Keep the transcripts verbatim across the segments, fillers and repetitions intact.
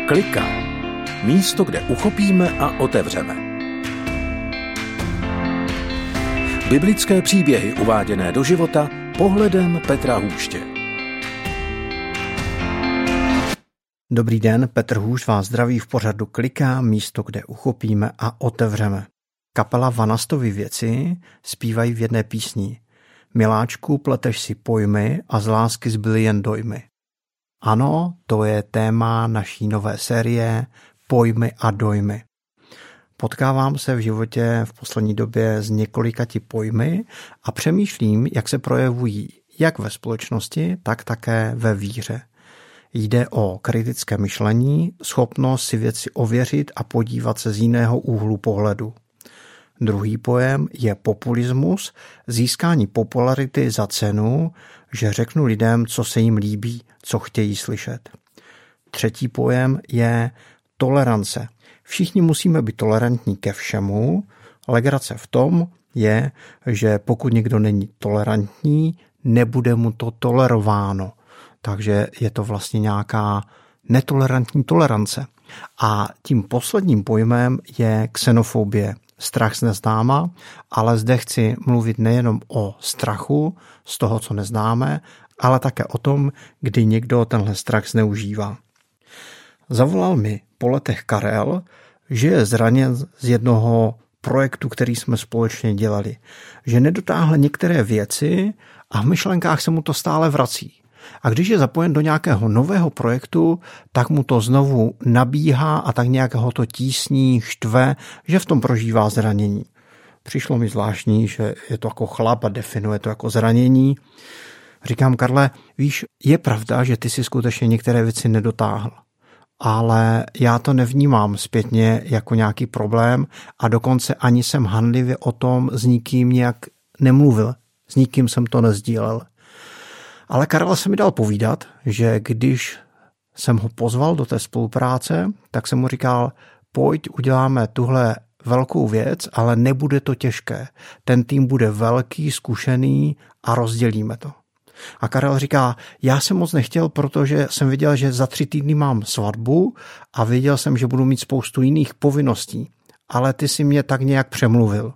Klika. Místo, kde uchopíme a otevřeme. Biblické příběhy uváděné do života pohledem Petra Hůště. Dobrý den, Petr Hůš vás zdraví v pořadu Klika, místo, kde uchopíme a otevřeme. Kapela Vanastovy věci zpívají v jedné písni. Miláčku, pleteš si pojmy a z lásky zbyly jen dojmy. Ano, to je téma naší nové série Pojmy a dojmy. Potkávám se v životě v poslední době s několikati pojmy a přemýšlím, jak se projevují jak ve společnosti, tak také ve víře. Jde o kritické myšlení, schopnost si věci ověřit a podívat se z jiného úhlu pohledu. Druhý pojem je populismus, získání popularity za cenu, že řeknu lidem, co se jim líbí, co chtějí slyšet. Třetí pojem je tolerance. Všichni musíme být tolerantní ke všemu. Legrace v tom je, že pokud někdo není tolerantní, nebude mu to tolerováno. Takže je to vlastně nějaká netolerantní tolerance. A tím posledním pojmem je xenofobie. Strach z neznáma, ale zde chci mluvit nejenom o strachu z toho, co neznáme, ale také o tom, kdy někdo tenhle strach zneužívá. Zavolal mi po letech Karel, že je zraněn z jednoho projektu, který jsme společně dělali. Že nedotáhl některé věci a v myšlenkách se mu to stále vrací. A když je zapojen do nějakého nového projektu, tak mu to znovu nabíhá a tak nějakého to tísní, štve, že v tom prožívá zranění. Přišlo mi zvláštní, že je to jako chlap a definuje to jako zranění. Říkám, Karle, víš, je pravda, že ty si skutečně některé věci nedotáhl. Ale já to nevnímám zpětně jako nějaký problém a dokonce ani jsem hanlivě o tom s nikým nějak nemluvil. S nikým jsem to nesdílel. Ale Karel se mi dal povídat, že když jsem ho pozval do té spolupráce, tak jsem mu říkal, pojď, uděláme tuhle velkou věc, ale nebude to těžké. Ten tým bude velký, zkušený a rozdělíme to. A Karel říká, já jsem moc nechtěl, protože jsem viděl, že za tři týdny mám svatbu a věděl jsem, že budu mít spoustu jiných povinností. Ale ty si mě tak nějak přemluvil.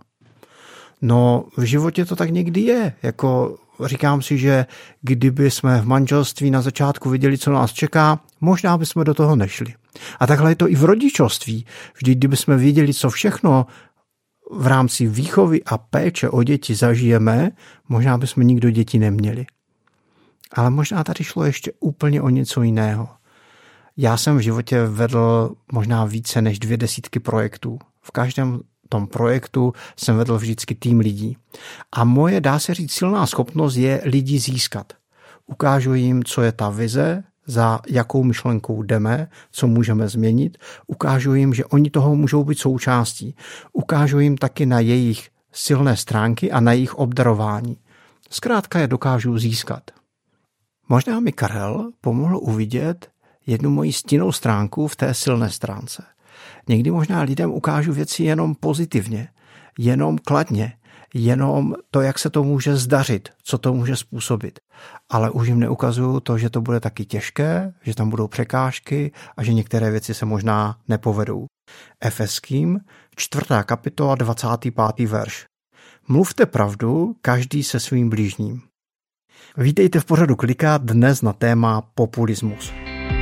No, v životě to tak někdy je. Jako říkám si, že kdyby jsme v manželství na začátku viděli, co nás čeká, možná bychom do toho nešli. A takhle je to i v rodičovství. Vždyť kdyby jsme věděli, co všechno v rámci výchovy a péče o děti zažijeme, možná bychom nikdo děti neměli. Ale možná tady šlo ještě úplně o něco jiného. Já jsem v životě vedl možná více než dvě desítky projektů. V každém tom projektu jsem vedl vždycky tým lidí. A moje, dá se říct, silná schopnost je lidi získat. Ukážu jim, co je ta vize, za jakou myšlenkou jdeme, co můžeme změnit. Ukážu jim, že oni toho můžou být součástí. Ukážu jim taky na jejich silné stránky a na jejich obdarování. Zkrátka je dokážu získat. Možná mi Karel pomohl uvidět jednu moji stinnou stránku v té silné stránce. Někdy možná lidem ukážu věci jenom pozitivně, jenom kladně, jenom to, jak se to může zdařit, co to může způsobit. Ale už jim neukazuju to, že to bude taky těžké, že tam budou překážky a že některé věci se možná nepovedou. Efeským, čtvrtá kapitola, dvacátý pátý verš. Mluvte pravdu, každý se svým blížním. Vítejte v pořadu Klika dnes na téma populismus.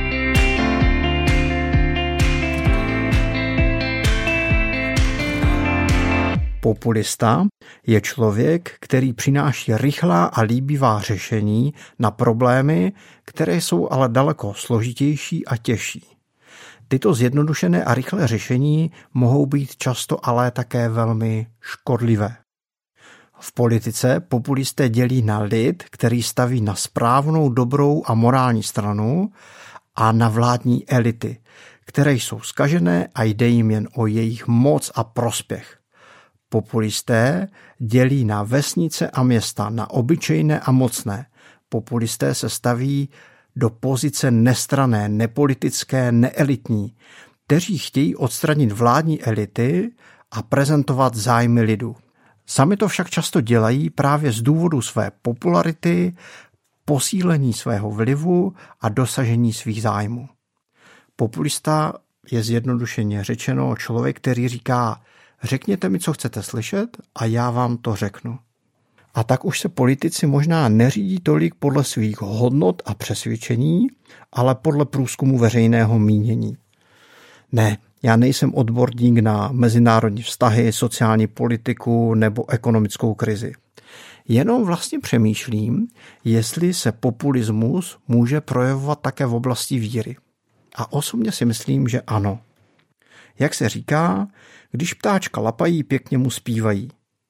Populista je člověk, který přináší rychlá a líbivá řešení na problémy, které jsou ale daleko složitější a těžší. Tyto zjednodušené a rychlé řešení mohou být často ale také velmi škodlivé. V politice populisté dělí na lid, který staví na správnou, dobrou a morální stranu, a na vládní elity, které jsou zkažené a jde jim jen o jejich moc a prospěch. Populisté dělí na vesnice a města, na obyčejné a mocné. Populisté se staví do pozice nestranné, nepolitické, neelitní, kteří chtějí odstranit vládní elity a prezentovat zájmy lidu. Sami to však často dělají právě z důvodu své popularity, posílení svého vlivu a dosažení svých zájmů. Populista je zjednodušeně řečeno člověk, který říká, řekněte mi, co chcete slyšet a já vám to řeknu. A tak už se politici možná neřídí tolik podle svých hodnot a přesvědčení, ale podle průzkumu veřejného mínění. Ne, já nejsem odborník na mezinárodní vztahy, sociální politiku nebo ekonomickou krizi. Jenom vlastně přemýšlím, jestli se populismus může projevovat také v oblasti víry. A osobně si myslím, že ano. Jak se říká, když ptáčka lapají, pěkně mu zpívají.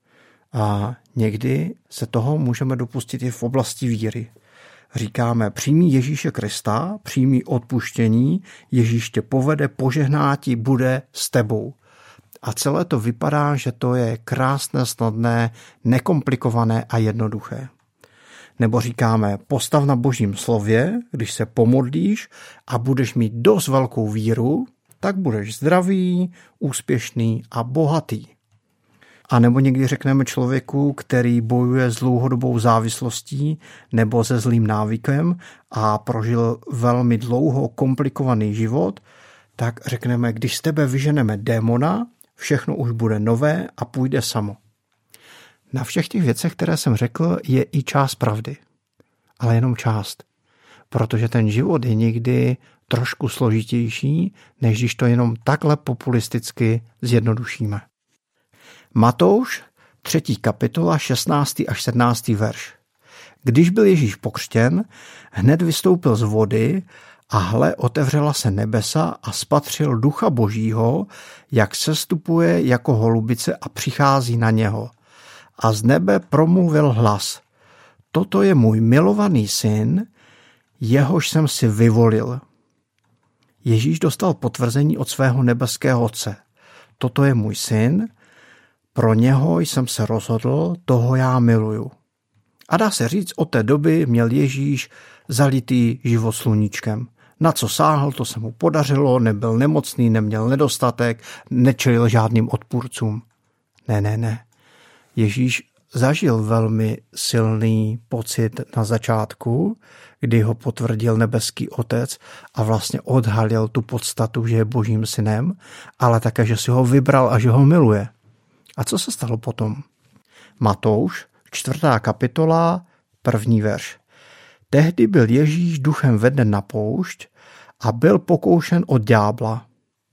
A někdy se toho můžeme dopustit i v oblasti víry. Říkáme, přijmí Ježíše Krista, přijmí odpuštění, Ježíš tě povede, požehná ti, bude s tebou. A celé to vypadá, že to je krásné, snadné, nekomplikované a jednoduché. Nebo říkáme, postav na Božím slově, když se pomodlíš a budeš mít dost velkou víru, tak budeš zdravý, úspěšný a bohatý. A nebo někdy řekneme člověku, který bojuje s dlouhodobou závislostí nebo se zlým návykem a prožil velmi dlouho komplikovaný život, tak řekneme, když z tebe vyženeme démona, všechno už bude nové a půjde samo. Na všech těch věcech, které jsem řekl, je i část pravdy. Ale jenom část. Protože ten život je někdy trošku složitější, než když to jenom takhle populisticky zjednodušíme. Matouš, třetí kapitola, šestnáctý až sedmnáctý verš. Když byl Ježíš pokřtěn, hned vystoupil z vody a hle, otevřela se nebesa a spatřil Ducha Božího, jak sestupuje jako holubice a přichází na něho. A z nebe promluvil hlas. Toto je můj milovaný syn, jehož jsem si vyvolil. Ježíš dostal potvrzení od svého nebeského Otce. Toto je můj syn, pro něho jsem se rozhodl, toho já miluju. A dá se říct, od té doby měl Ježíš zalitý život sluníčkem. Na co sáhl, to se mu podařilo, nebyl nemocný, neměl nedostatek, nečelil žádným odpůrcům. Ne, ne, ne. Ježíš zažil velmi silný pocit na začátku, kdy ho potvrdil nebeský Otec a vlastně odhalil tu podstatu, že je Božím synem, ale také, že si ho vybral a že ho miluje. A co se stalo potom? Matouš, čtvrtá kapitola, první verš. Tehdy byl Ježíš duchem veden na poušť a byl pokoušen od ďábla.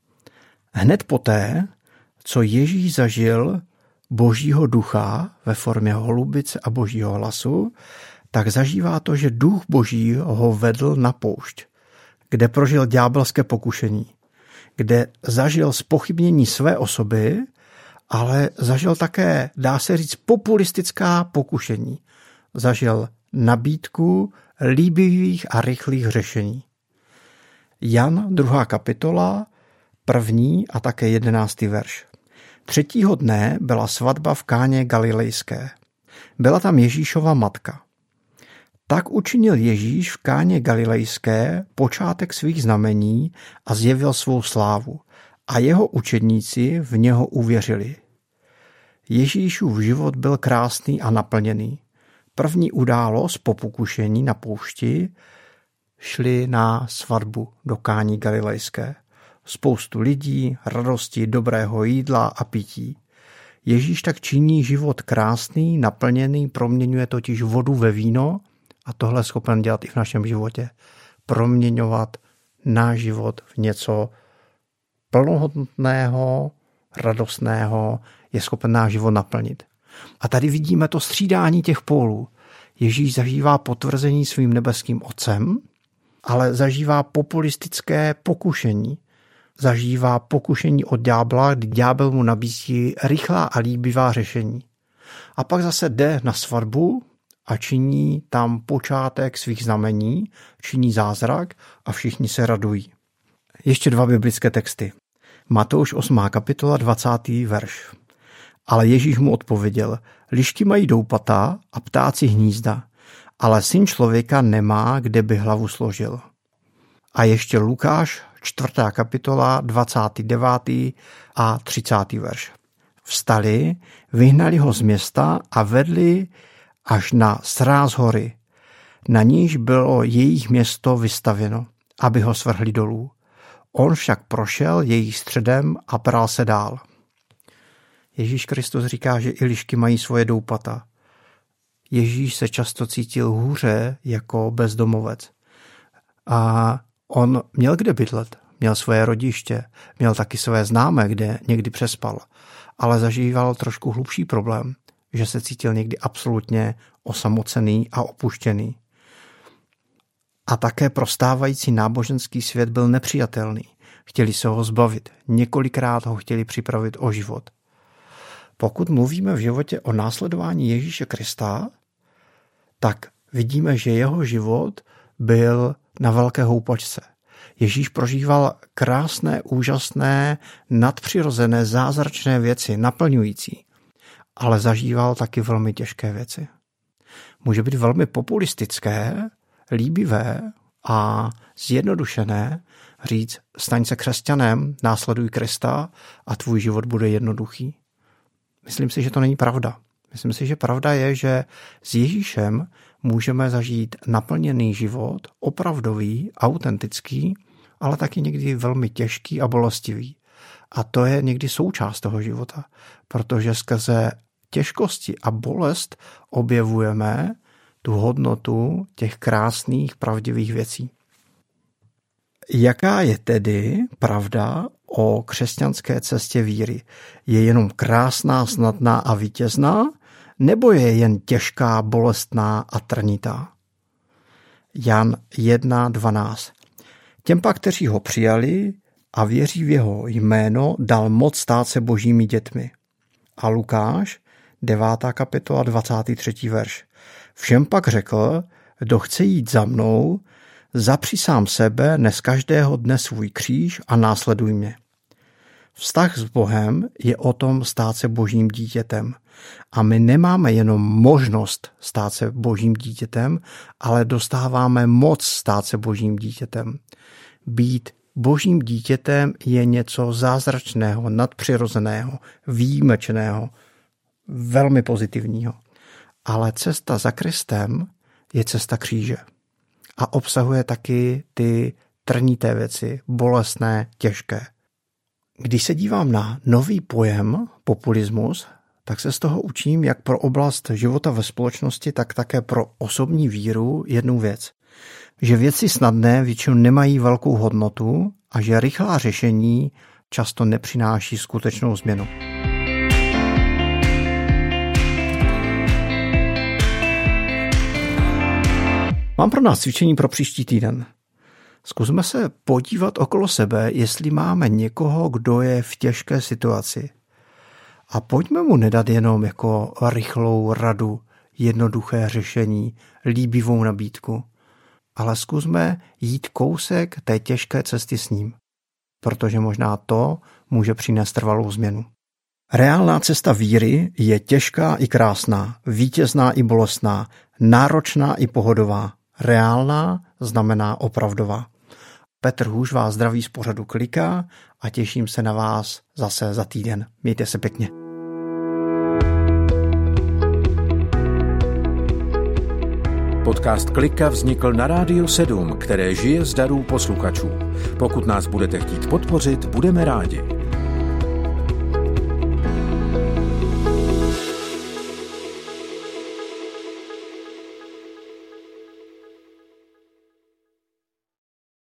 Hned poté, co Ježíš zažil Božího ducha ve formě holubice a Božího hlasu, tak zažívá to, že duch Boží ho vedl na poušť, kde prožil ďábelské pokušení, kde zažil zpochybnění své osoby, ale zažil také, dá se říct, populistická pokušení. Zažil nabídku líbivých a rychlých řešení. Jan, druhá kapitola, první a také jedenáctý verš. Třetího dne byla svatba v Káně Galilejské. Byla tam Ježíšova matka. Tak učinil Ježíš v Káně Galilejské počátek svých znamení a zjevil svou slávu. A jeho učedníci v něho uvěřili. Ježíšův život byl krásný a naplněný. První událost po pokušení na poušti šli na svatbu do Káni Galilejské. Spoustu lidí, radosti, dobrého jídla a pití. Ježíš tak činí život krásný, naplněný, proměňuje totiž vodu ve víno a tohle je schopen dělat i v našem životě. Proměňovat náš život v něco plnohodnotného, radostného, je schopen náš život naplnit. A tady vidíme to střídání těch pólů. Ježíš zažívá potvrzení svým nebeským Otcem, ale zažívá populistické pokušení. Zažívá pokušení od ďábla, kdy ďábel mu nabízí rychlá a líbivá řešení. A pak zase jde na svatbu a činí tam počátek svých znamení, činí zázrak a všichni se radují. Ještě dva biblické texty. Matouš osmá kapitola dvacátý verš. Ale Ježíš mu odpověděl, lišky mají doupata a ptáci hnízda, ale syn člověka nemá, kde by hlavu složil. A ještě Lukáš, čtvrtá kapitola, dvacátý devátý a třicátý verš. Vstali, vyhnali ho z města a vedli až na sráz hory. Na níž bylo jejich město vystavěno, aby ho svrhli dolů. On však prošel jejich středem a pral se dál. Ježíš Kristus říká, že i lišky mají svoje doupata. Ježíš se často cítil hůře jako bezdomovec. A on měl kde bydlet, měl svoje rodiště, měl taky své známé, kde někdy přespal, ale zažíval trošku hlubší problém, že se cítil někdy absolutně osamocený a opuštěný. A také pro stávající náboženský svět byl nepřijatelný. Chtěli se ho zbavit, několikrát ho chtěli připravit o život. Pokud mluvíme v životě o následování Ježíše Krista, tak vidíme, že jeho život byl na velké houpačce. Ježíš prožíval krásné, úžasné, nadpřirozené, zázračné věci, naplňující, ale zažíval taky velmi těžké věci. Může být velmi populistické, líbivé a zjednodušené říct, staň se křesťanem, následuj Krista a tvůj život bude jednoduchý. Myslím si, že to není pravda. Myslím si, že pravda je, že s Ježíšem můžeme zažít naplněný život, opravdový, autentický, ale taky někdy velmi těžký a bolestivý. A to je někdy součást toho života, protože skrze těžkosti a bolest objevujeme tu hodnotu těch krásných, pravdivých věcí. Jaká je tedy pravda o křesťanské cestě víry? Je jenom krásná, snadná a vítězná, nebo je jen těžká, bolestná a trnitá? Jan jedna dvanáct. Těm pak, kteří ho přijali a věří v jeho jméno, dal moc stát se božími dětmi. A Lukáš, devátá kapitola, dvacátý třetí verš. Všem pak řekl, kdo chce jít za mnou, zapři sám sebe, nes každého dne svůj kříž a následuj mě. Vztah s Bohem je o tom stát se božím dítětem. A my nemáme jenom možnost stát se božím dítětem, ale dostáváme moc stát se božím dítětem. Být božím dítětem je něco zázračného, nadpřirozeného, výjimečného, velmi pozitivního. Ale cesta za Kristem je cesta kříže. A obsahuje taky ty trnité věci, bolestné, těžké. Když se dívám na nový pojem populismus, tak se z toho učím jak pro oblast života ve společnosti, tak také pro osobní víru jednu věc. Že věci snadné většinou nemají velkou hodnotu a že rychlá řešení často nepřináší skutečnou změnu. Mám pro nás cvičení pro příští týden. Zkusme se podívat okolo sebe, jestli máme někoho, kdo je v těžké situaci. A pojďme mu nedat jenom jako rychlou radu, jednoduché řešení, líbivou nabídku, ale zkusme jít kousek té těžké cesty s ním, protože možná to může přinést trvalou změnu. Reálná cesta víry je těžká i krásná, vítězná i bolestná, náročná i pohodová. Reálná znamená opravdová. Petr Hůš vás zdraví z pořadu Klika a těším se na vás zase za týden. Mějte se pěkně. Podcast Klika vznikl na Rádiu sedm, které žije z darů posluchačů. Pokud nás budete chtít podpořit, budeme rádi.